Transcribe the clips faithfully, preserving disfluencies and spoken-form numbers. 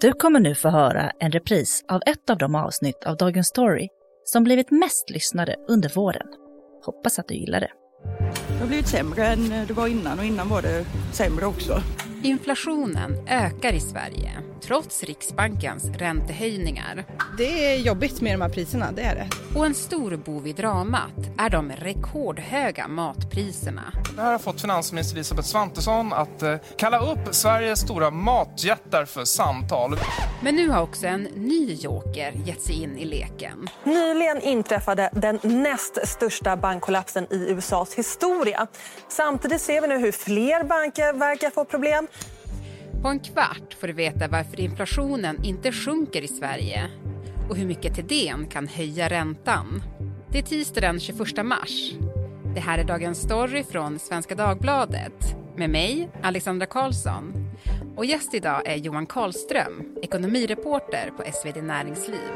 Du kommer nu få höra en repris av ett av de avsnitt av Dagens Story som blivit mest lyssnade under våren. Hoppas att du gillar det. Det har blivit sämre än det var innan och innan var det sämre också. Inflationen ökar i Sverige trots Riksbankens räntehöjningar. Det är jobbigt med de här priserna, det är det. Och en stor bov i dramat är de rekordhöga matpriserna. Det här har fått finansminister Elisabeth Svantesson att eh, kalla upp Sveriges stora matjättar för samtal. Men nu har också en ny joker gett sig in i leken. Nyligen inträffade den näst största bankkollapsen i U S A:s historia. Samtidigt ser vi nu hur fler banker verkar få problem. På en kvart får du veta varför inflationen inte sjunker i Sverige och hur mycket till den kan höja räntan. Det är tisdag den tjugoförsta mars. Det här är Dagens Story från Svenska Dagbladet med mig, Alexandra Karlsson. Och gäst idag är Johan Karlström, ekonomireporter på S V D Näringsliv.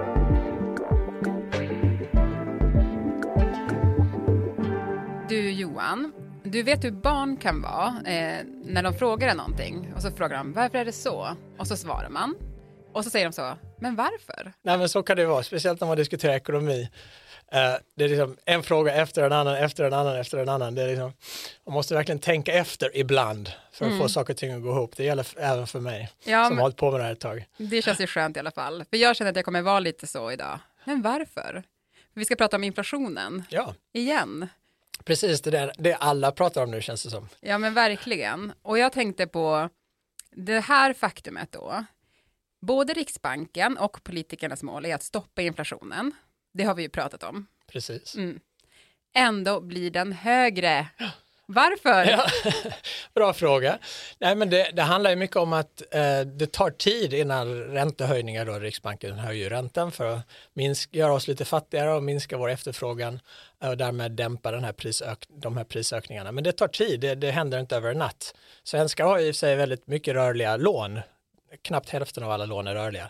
Du Johan, du vet hur barn kan vara eh, när de frågar en någonting och så frågar de varför är det så? Och så svarar man. Och så säger de så, men varför? Nej men så kan det vara, speciellt när man diskuterar ekonomi. Uh, det är liksom en fråga efter en annan, efter en annan, efter en annan. Det är liksom, man måste verkligen tänka efter ibland för att mm. få saker och ting att gå ihop. Det gäller f- även för mig ja, som har hållit på med det här ett tag. Det känns ju skönt i alla fall. För jag känner att jag kommer vara lite så idag. Men varför? För vi ska prata om inflationen. Ja. Igen. Precis, det är det alla pratar om nu känns det som. Ja men verkligen. Och jag tänkte på det här faktumet då. Både Riksbanken och politikernas mål är att stoppa inflationen. Det har vi ju pratat om. Precis. Mm. Ändå blir den högre. Varför? Ja, bra fråga. Nej, men det, det handlar ju mycket om att eh, det tar tid innan räntehöjningar då. Riksbanken höjer räntan för att minska, göra oss lite fattigare och minska vår efterfrågan och därmed dämpa den här prisök, de här prisökningarna. Men det tar tid, det, det händer inte över en natt. Svenskar har i sig väldigt mycket rörliga lån. Knappt hälften av alla lån är rörliga.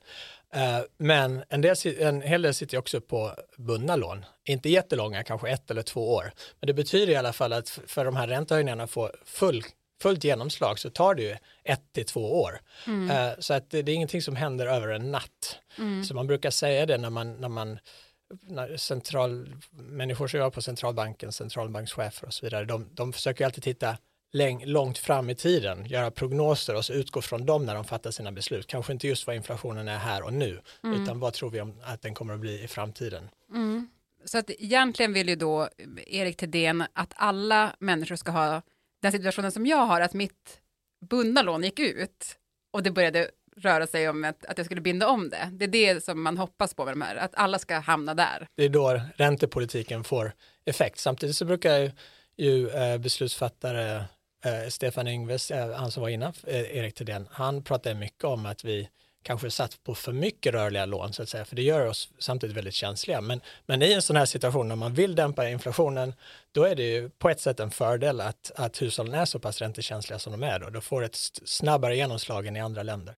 Men en, del, en hel del sitter också på bundna lån. Inte jättelånga, kanske ett eller två år. Men det betyder i alla fall att för de här räntehöjningarna får full, fullt genomslag så tar det ju ett till två år. Mm. Så att det, det är ingenting som händer över en natt. Mm. Så man brukar säga det när man, när man när central, människor som jobbar på centralbanken, centralbankschefer och så vidare, de, de försöker alltid titta läng, långt fram i tiden, göra prognoser och så utgå från dem när de fattar sina beslut. Kanske inte just vad inflationen är här och nu, mm. utan vad tror vi om att den kommer att bli i framtiden. Mm. Så att egentligen vill ju då Erik Thedéen att alla människor ska ha den situationen som jag har, att mitt bundna lån gick ut och det började röra sig om att, att jag skulle binda om det. Det är det som man hoppas på med de här, att alla ska hamna där. Det är då räntepolitiken får effekt. Samtidigt så brukar ju, ju eh, beslutsfattare Uh, Stefan Ingves, uh, han som var innan uh, Erik Thedéen, han pratade mycket om att vi kanske satt på för mycket rörliga lån så att säga, för det gör oss samtidigt väldigt känsliga. Men, men i en sån här situation när man vill dämpa inflationen, då är det ju på ett sätt en fördel att, att hushållen är så pass räntekänsliga som de är då. Då får ett snabbare genomslag än i andra länder.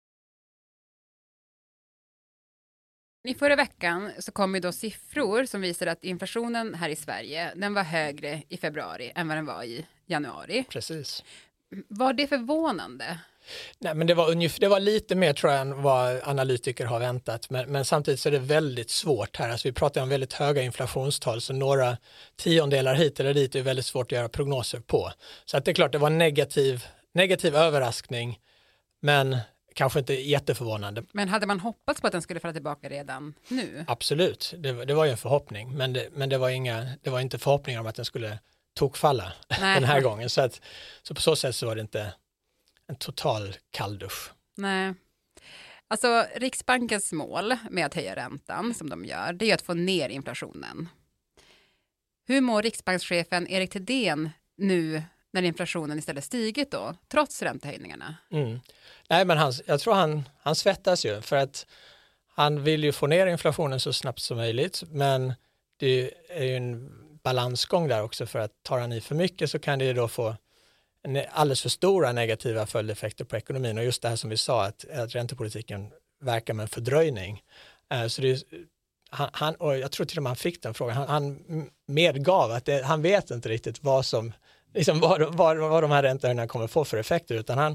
I förra veckan så kom ju då siffror som visar att inflationen här i Sverige, den var högre i februari än vad den var i januari. Precis. Var det förvånande? Nej, men det var, ungefär, det var lite mer tror jag än vad analytiker har väntat. Men, men samtidigt så är det väldigt svårt här. Alltså vi pratar om väldigt höga inflationstal, så några tiondelar hit eller dit är väldigt svårt att göra prognoser på. Så att det är klart, det var en negativ, negativ överraskning, men kanske inte jätteförvånande. Men hade man hoppats på att den skulle falla tillbaka redan nu? Absolut, det, det var ju en förhoppning. Men, det, men det, var inga, det var inte förhoppningar om att den skulle tokfalla den här gången. Så, att, så på så sätt så var det inte en total kalldusch. Nej. Alltså Riksbankens mål med att höja räntan som de gör, det är att få ner inflationen. Hur mår riksbankschefen Erik Thedéen nu när inflationen istället stigit då, trots räntehöjningarna? Mm. Nej, men han, jag tror han, han svettas ju för att han vill ju få ner inflationen så snabbt som möjligt, men det är ju en balansgång där också, för att tar han i för mycket så kan det ju då få en alldeles för stora negativa följdeffekter på ekonomin, och just det här som vi sa att, att räntepolitiken verkar med en fördröjning. Uh, så det är, han, han, och jag tror till och med han fick den frågan, han, han medgav att det, han vet inte riktigt vad som liksom vad, vad, vad de här räntehöjningarna kommer få för effekter, utan han,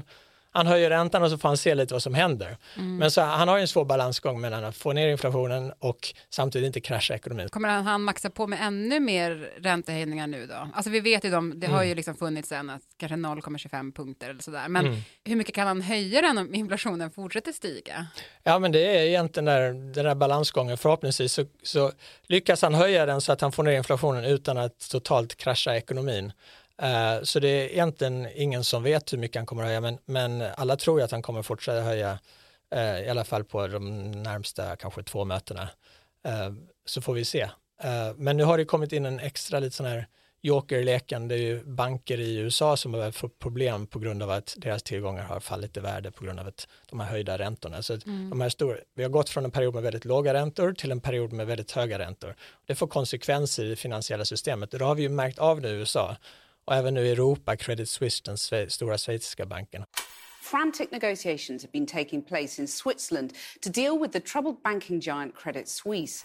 han höjer räntan och så får han se lite vad som händer. Mm. Men så, han har ju en svår balansgång mellan att få ner inflationen och samtidigt inte krascha ekonomin. Kommer han, han maxa på med ännu mer räntehöjningar nu då? Alltså vi vet ju de, det har mm. ju liksom funnits sen att kanske noll komma tjugofem punkter eller sådär. Men mm. hur mycket kan han höja den om inflationen fortsätter stiga? Ja, men det är egentligen där, den där balansgången. Förhoppningsvis så, så lyckas han höja den så att han får ner inflationen utan att totalt krascha ekonomin. Uh, så det är egentligen ingen som vet hur mycket han kommer att höja, men, men alla tror ju att han kommer fortsätta höja uh, i alla fall på de närmsta kanske två mötena. Uh, så får vi se. Uh, men nu har det kommit in en extra lite sån här jokerleken. Det är ju banker i U S A som har fått problem på grund av att deras tillgångar har fallit i värde på grund av att de här höjda räntorna. Så mm. de här stora, vi har gått från en period med väldigt låga räntor till en period med väldigt höga räntor. Det får konsekvenser i det finansiella systemet. Det har vi ju märkt av nu i U S A. Och även nu i Europa, Credit Suisse, den sve- stora schweiziska banken. Frantic negotiations have been taking place in Switzerland to deal with the troubled banking giant Credit Suisse.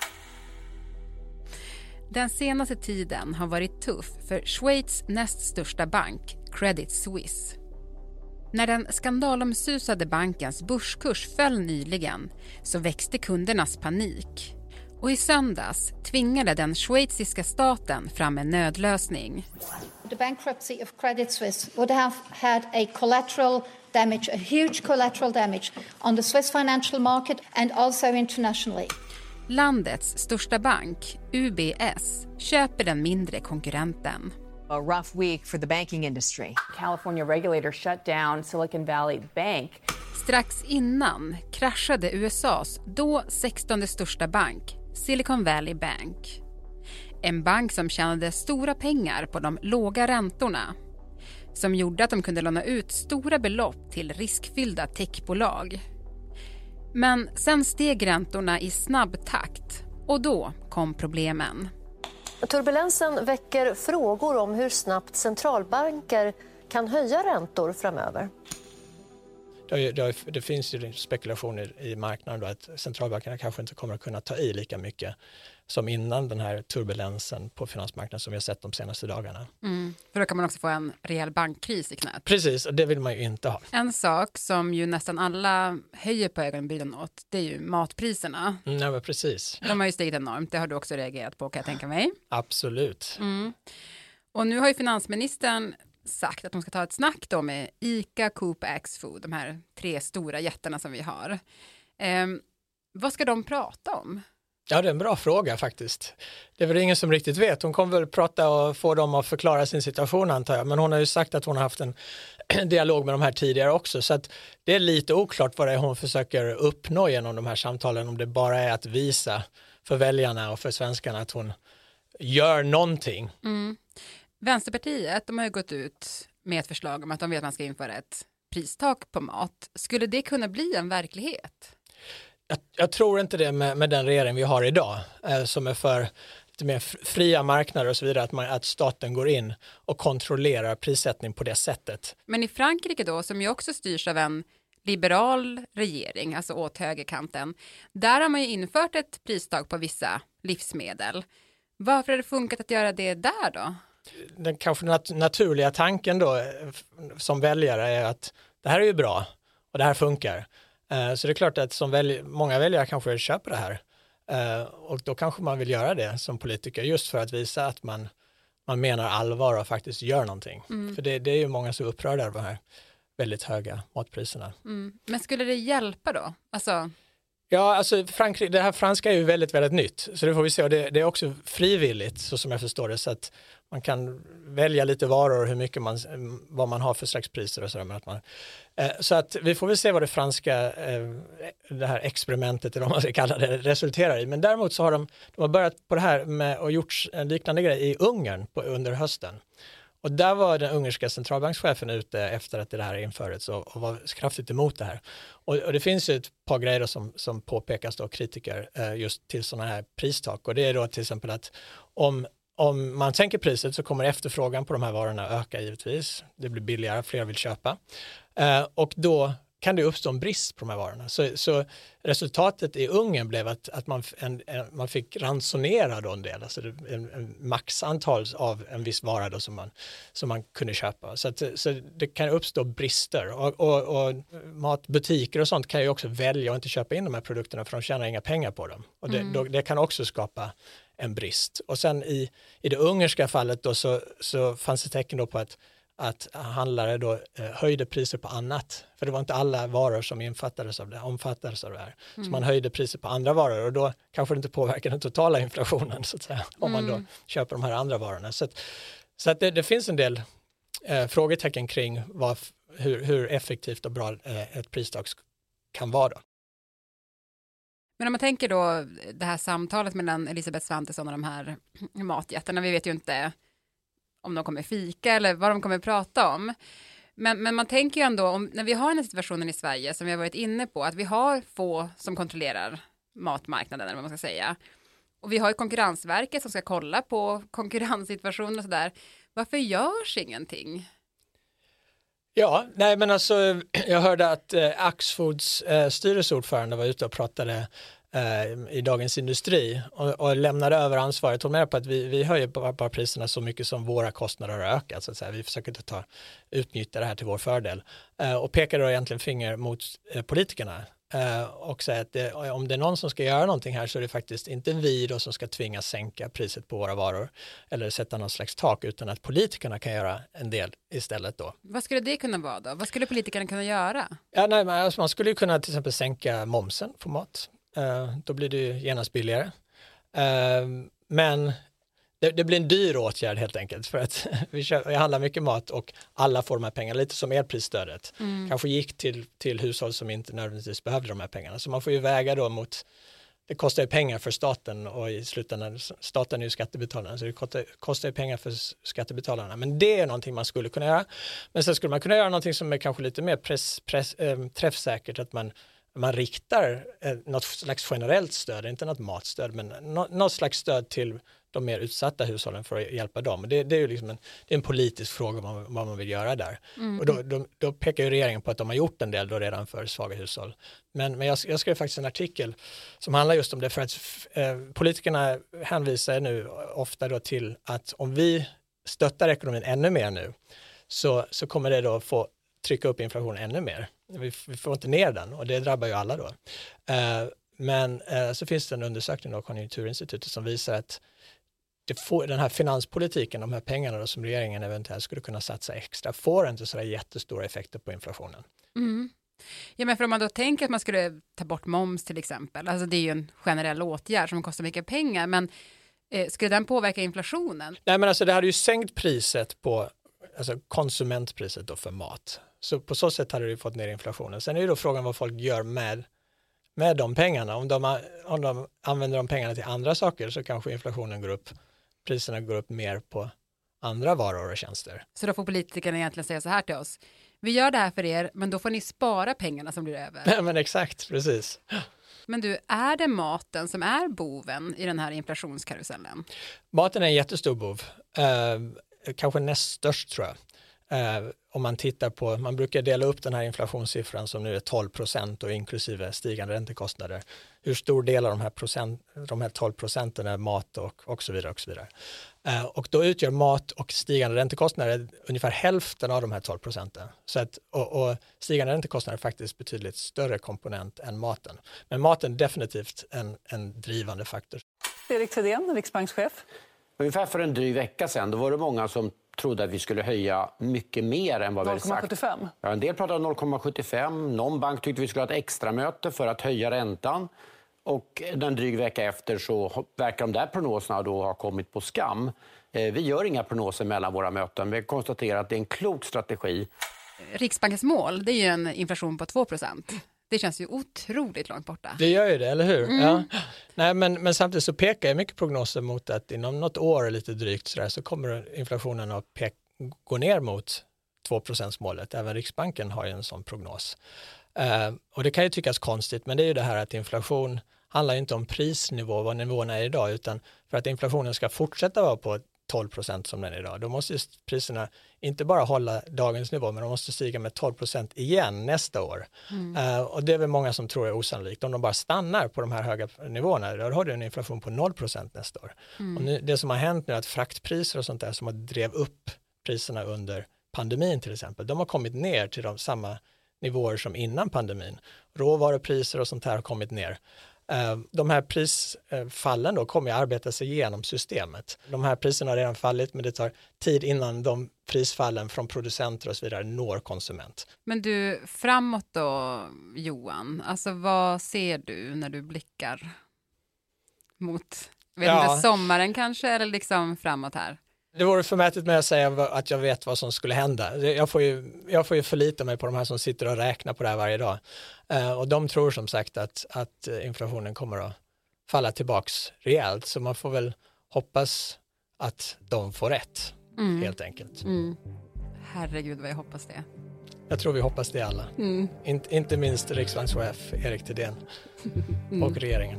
Den senaste tiden har varit tuff för Schweiz näst största bank, Credit Suisse. När den skandalomsusade bankens börskurs föll nyligen så växte kundernas panik. Och i söndags tvingade den schweiziska staten fram en nödlösning. The bankruptcy of Credit Suisse would have had a collateral damage, a huge collateral damage on the Swiss financial market and also internationally. Landets största bank, U B S, köper den mindre konkurrenten. A rough week for the banking industry. California regulators shut down Silicon Valley Bank. Strax innan kraschade U S A:s då sextonde största bank, Silicon Valley Bank. En bank som tjänade stora pengar på de låga räntorna. Som gjorde att de kunde låna ut stora belopp till riskfyllda techbolag. Men sen steg räntorna i snabb takt och då kom problemen. Turbulensen väcker frågor om hur snabbt centralbanker kan höja räntor framöver. Det, det, det finns ju spekulationer i marknaden då att centralbankerna kanske inte kommer att kunna ta i lika mycket som innan den här turbulensen på finansmarknaden som vi har sett de senaste dagarna. Mm, för då kan man också få en rejäl bankkris i knät. Precis, och det vill man ju inte ha. En sak som ju nästan alla höjer på ögonbrynen åt, det är ju matpriserna. Mm, ja, men precis. De har ju stigit enormt, det har du också reagerat på kan jag tänka mig. Absolut. Mm. Och nu har ju finansministern sagt att de ska ta ett snack då med ICA, Coop, Axfood, de här tre stora jättarna som vi har. Eh, vad ska de prata om? Ja, det är en bra fråga faktiskt. Det är väl ingen som riktigt vet. Hon kommer väl prata och få dem att förklara sin situation antar jag. Men hon har ju sagt att hon har haft en dialog med de här tidigare också. Så att det är lite oklart vad det är hon försöker uppnå genom de här samtalen. Om det bara är att visa för väljarna och för svenskarna att hon gör någonting. Mm. Vänsterpartiet, de har ju gått ut med ett förslag om att de vet att man ska införa ett pristak på mat. Skulle det kunna bli en verklighet? Jag, jag tror inte det med, med den regering vi har idag eh, som är för lite mer fria marknader och så vidare, att, man, att staten går in och kontrollerar prissättning på det sättet. Men i Frankrike då, som ju också styrs av en liberal regering, alltså åt högerkanten, där har man ju infört ett pristak på vissa livsmedel. Varför har det funkat att göra det där då? Den kanske nat- naturliga tanken då som väljare är att det här är ju bra och det här funkar. Uh, så det är klart att som välj- många väljare kanske köper det här. Uh, och då kanske man vill göra det som politiker just för att visa att man, man menar allvar och faktiskt gör någonting. Mm. För det, det är ju många som är upprörda över de här väldigt höga matpriserna. Mm. Men skulle det hjälpa då? Alltså... Ja, alltså Frankrike, det här franska är ju väldigt, väldigt nytt. Så det får vi se. Och det, det är också frivilligt, så som jag förstår det. Så att man kan välja lite varor och hur mycket man, vad man har för slags priser och sådär. Men att man, eh, så att vi får väl se vad det franska, eh, det här experimentet, eller vad man ska kalla det, resulterar i. Men däremot så har de, de har börjat på det här med och gjort en liknande grej i Ungern på, under hösten. Och där var den ungerska centralbankschefen ute efter att det här infördes och, och var kraftigt emot det här. Och, och det finns ju ett par grejer som, som påpekas av kritiker eh, just till sådana här pristak. Och det är då till exempel att om, om man sänker priset så kommer efterfrågan på de här varorna öka givetvis. Det blir billigare, fler vill köpa. Eh, och då kan det uppstå en brist på de här varorna. Så, så resultatet i Ungern blev att, att man, en, en, man fick ransonera då en del, alltså en, en maxantal av en viss vara då som, man, som man kunde köpa. Så, att, så det kan uppstå brister och, och, och matbutiker och sånt kan ju också välja att inte köpa in de här produkterna för de tjänar inga pengar på dem. Och det, mm. då, det kan också skapa en brist. Och sen i, i det ungerska fallet då så, så fanns det tecken då på att att handlare då eh, höjde priser på annat. För det var inte alla varor som infattades av det, omfattades av det här. Mm. Så man höjde priser på andra varor och då kanske det inte påverkar den totala inflationen så att säga. Om mm. man då köper de här andra varorna. Så att, så att det, det finns en del eh, frågetecken kring vad, hur, hur effektivt och bra eh, ett pristak kan vara då. Men om man tänker då det här samtalet mellan Elisabeth Svantesson och de här matjättarna, vi vet ju inte om de kommer fika eller vad de kommer prata om. Men, men man tänker ju ändå, om, när vi har den situationen i Sverige som vi har varit inne på, att vi har få som kontrollerar matmarknaden, eller vad man ska säga. Och vi har ju Konkurrensverket som ska kolla på konkurrenssituationen och sådär. Varför görs ingenting? Ja, nej men alltså jag hörde att eh, Axfoods eh, styrelseordförande var ute och pratade i Dagens Industri och, och lämnade över ansvaret. Hon menar på att vi, vi höjer bara, bara priserna så mycket som våra kostnader har ökat. Så att säga. Vi försöker inte ta, utnyttja det här till vår fördel. Eh, och pekar då egentligen finger mot eh, politikerna. Eh, och säger att det, om det är någon som ska göra någonting här så är det faktiskt inte vi då som ska tvingas sänka priset på våra varor eller sätta någon slags tak, utan att politikerna kan göra en del istället då. Vad skulle det kunna vara då? Vad skulle politikerna kunna göra? Ja, nej, man, alltså man skulle ju kunna till exempel sänka momsen på mat. Uh, då blir det ju genast billigare. Uh, men det, det blir en dyr åtgärd helt enkelt för att vi, köper, vi handlar mycket mat och alla får de här pengarna, lite som elprisstödet. Mm. Kanske gick till, till hushåll som inte nödvändigtvis behövde de här pengarna. Så man får ju väga då mot, det kostar ju pengar för staten och i slutändan, staten är ju skattebetalarna så det kostar, kostar ju pengar för skattebetalarna. Men det är någonting man skulle kunna göra. Men sen skulle man kunna göra någonting som är kanske lite mer press, press, äh, träffsäkert, att man Man riktar eh, något slags generellt stöd, inte något matstöd, men no, något slags stöd till de mer utsatta hushållen för att hjälpa dem. Det, det är ju liksom en, det är en politisk fråga vad man, vad man vill göra där. Mm. Och då, då, då pekar ju regeringen på att de har gjort en del då redan för svaga hushåll. Men, men jag, jag skrev faktiskt en artikel som handlar just om det, för att eh, politikerna hänvisar nu ofta då till att om vi stöttar ekonomin ännu mer nu så, så kommer det då få trycka upp inflationen ännu mer. Vi, vi får inte ner den och det drabbar ju alla då. Eh, men eh, så finns det en undersökning av Konjunkturinstitutet som visar att det får, den här finanspolitiken, de här pengarna då, som regeringen eventuellt skulle kunna satsa extra, får inte så jättestora effekter på inflationen. Mm. Ja, men för om man då tänker att man skulle ta bort moms till exempel, alltså det är ju en generell åtgärd som kostar mycket pengar, men eh, skulle den påverka inflationen? Nej, men alltså det hade ju sänkt priset på, alltså konsumentpriset då för mat. Så på så sätt hade det fått ner inflationen. Sen är ju då frågan vad folk gör med, med de pengarna. Om de, om de använder de pengarna till andra saker så kanske inflationen går upp, priserna går upp mer på andra varor och tjänster. Så då får politikerna egentligen säga så här till oss: vi gör det här för er, men då får ni spara pengarna som blir över. Ja, men exakt, precis. Men du, är det maten som är boven i den här inflationskarusellen? Maten är en jättestor bov. Eh, kanske näst störst tror jag. Eh, om man tittar på, man brukar dela upp den här inflationssiffran som nu är tolv procent och inklusive stigande räntekostnader. Hur stor del av de här, procent, de här tolv procenten är mat och, och så vidare och så vidare. Eh, och då utgör mat och stigande räntekostnader ungefär hälften av de här tolv procenten. Så att, och, och stigande räntekostnader är faktiskt betydligt större komponent än maten. Men maten är definitivt en, en drivande faktor. Erik Thedéen, riksbankschef. Ungefär för en dryg vecka sedan då var det många som trodde att vi skulle höja mycket mer än vad vi hade sagt. noll komma sjuttiofem? Ja, en del pratade om noll komma sjuttiofem. Någon bank tyckte vi skulle ha ett extra möte för att höja räntan. Och en dryg vecka efter så verkar de där prognoserna då ha kommit på skam. Vi gör inga prognoser mellan våra möten. Vi konstaterar att det är en klok strategi. Riksbankens mål, det är ju en inflation på två procent. Det känns ju otroligt långt borta. Det gör ju det, eller hur? Mm. Ja. Nej, men, men samtidigt så pekar jag mycket prognoser mot att inom något år lite drygt så, där, så kommer inflationen att pek- gå ner mot två procent-målet. Även Riksbanken har ju en sån prognos. Uh, och det kan ju tyckas konstigt, men det är ju det här att inflation handlar inte om prisnivå, vad nivån är idag, utan för att inflationen ska fortsätta vara på tolv procent som den är idag. Då måste priserna inte bara hålla dagens nivå, men de måste stiga med tolv procent igen nästa år. Mm. Uh, och det är väl många som tror är osannolikt. Om de bara stannar på de här höga nivåerna, då har du en inflation på noll procent nästa år. Mm. Och nu, det som har hänt nu är att fraktpriser och sånt där som har drev upp priserna under pandemin till exempel, de har kommit ner till de samma nivåer som innan pandemin. Råvarupriser och sånt här har kommit ner. De här prisfallen då kommer att arbeta sig igenom systemet. De här priserna har redan fallit, men det tar tid innan de prisfallen från producenter och så vidare når konsument. Men du, framåt då, Johan, alltså vad ser du när du blickar mot vet ja. inte, sommaren kanske, eller liksom framåt här? Det vore förmätet med att säga att jag vet vad som skulle hända. Jag får ju, jag får ju förlita mig på de här som sitter och räknar på det här varje dag. Uh, och de tror som sagt att, att inflationen kommer att falla tillbaks rejält. Så man får väl hoppas att de får rätt, mm. helt enkelt. Mm. Herregud vad jag hoppas det. Jag tror vi hoppas det alla. Mm. In, inte minst riksbankschef Erik Thedéen mm. och regeringen.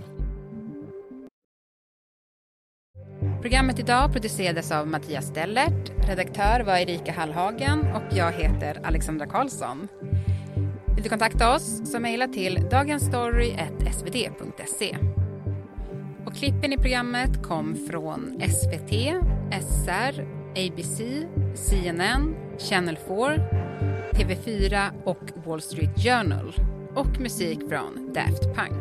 Programmet idag producerades av Mattias Stellert, redaktör var Erika Hallhagen och jag heter Alexandra Karlsson. Vill du kontakta oss så mejla till dagensstory at s v d punkt se. Och klippen i programmet kom från S V T, S R, A B C, C N N, Channel fyra, T V fyra och Wall Street Journal och musik från Daft Punk.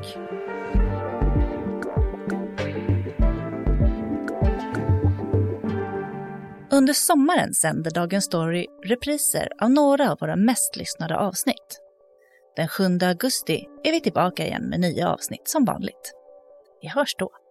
Under sommaren sänder Dagens Story repriser av några av våra mest lyssnade avsnitt. Den sjunde augusti är vi tillbaka igen med nya avsnitt som vanligt. Vi hörs då.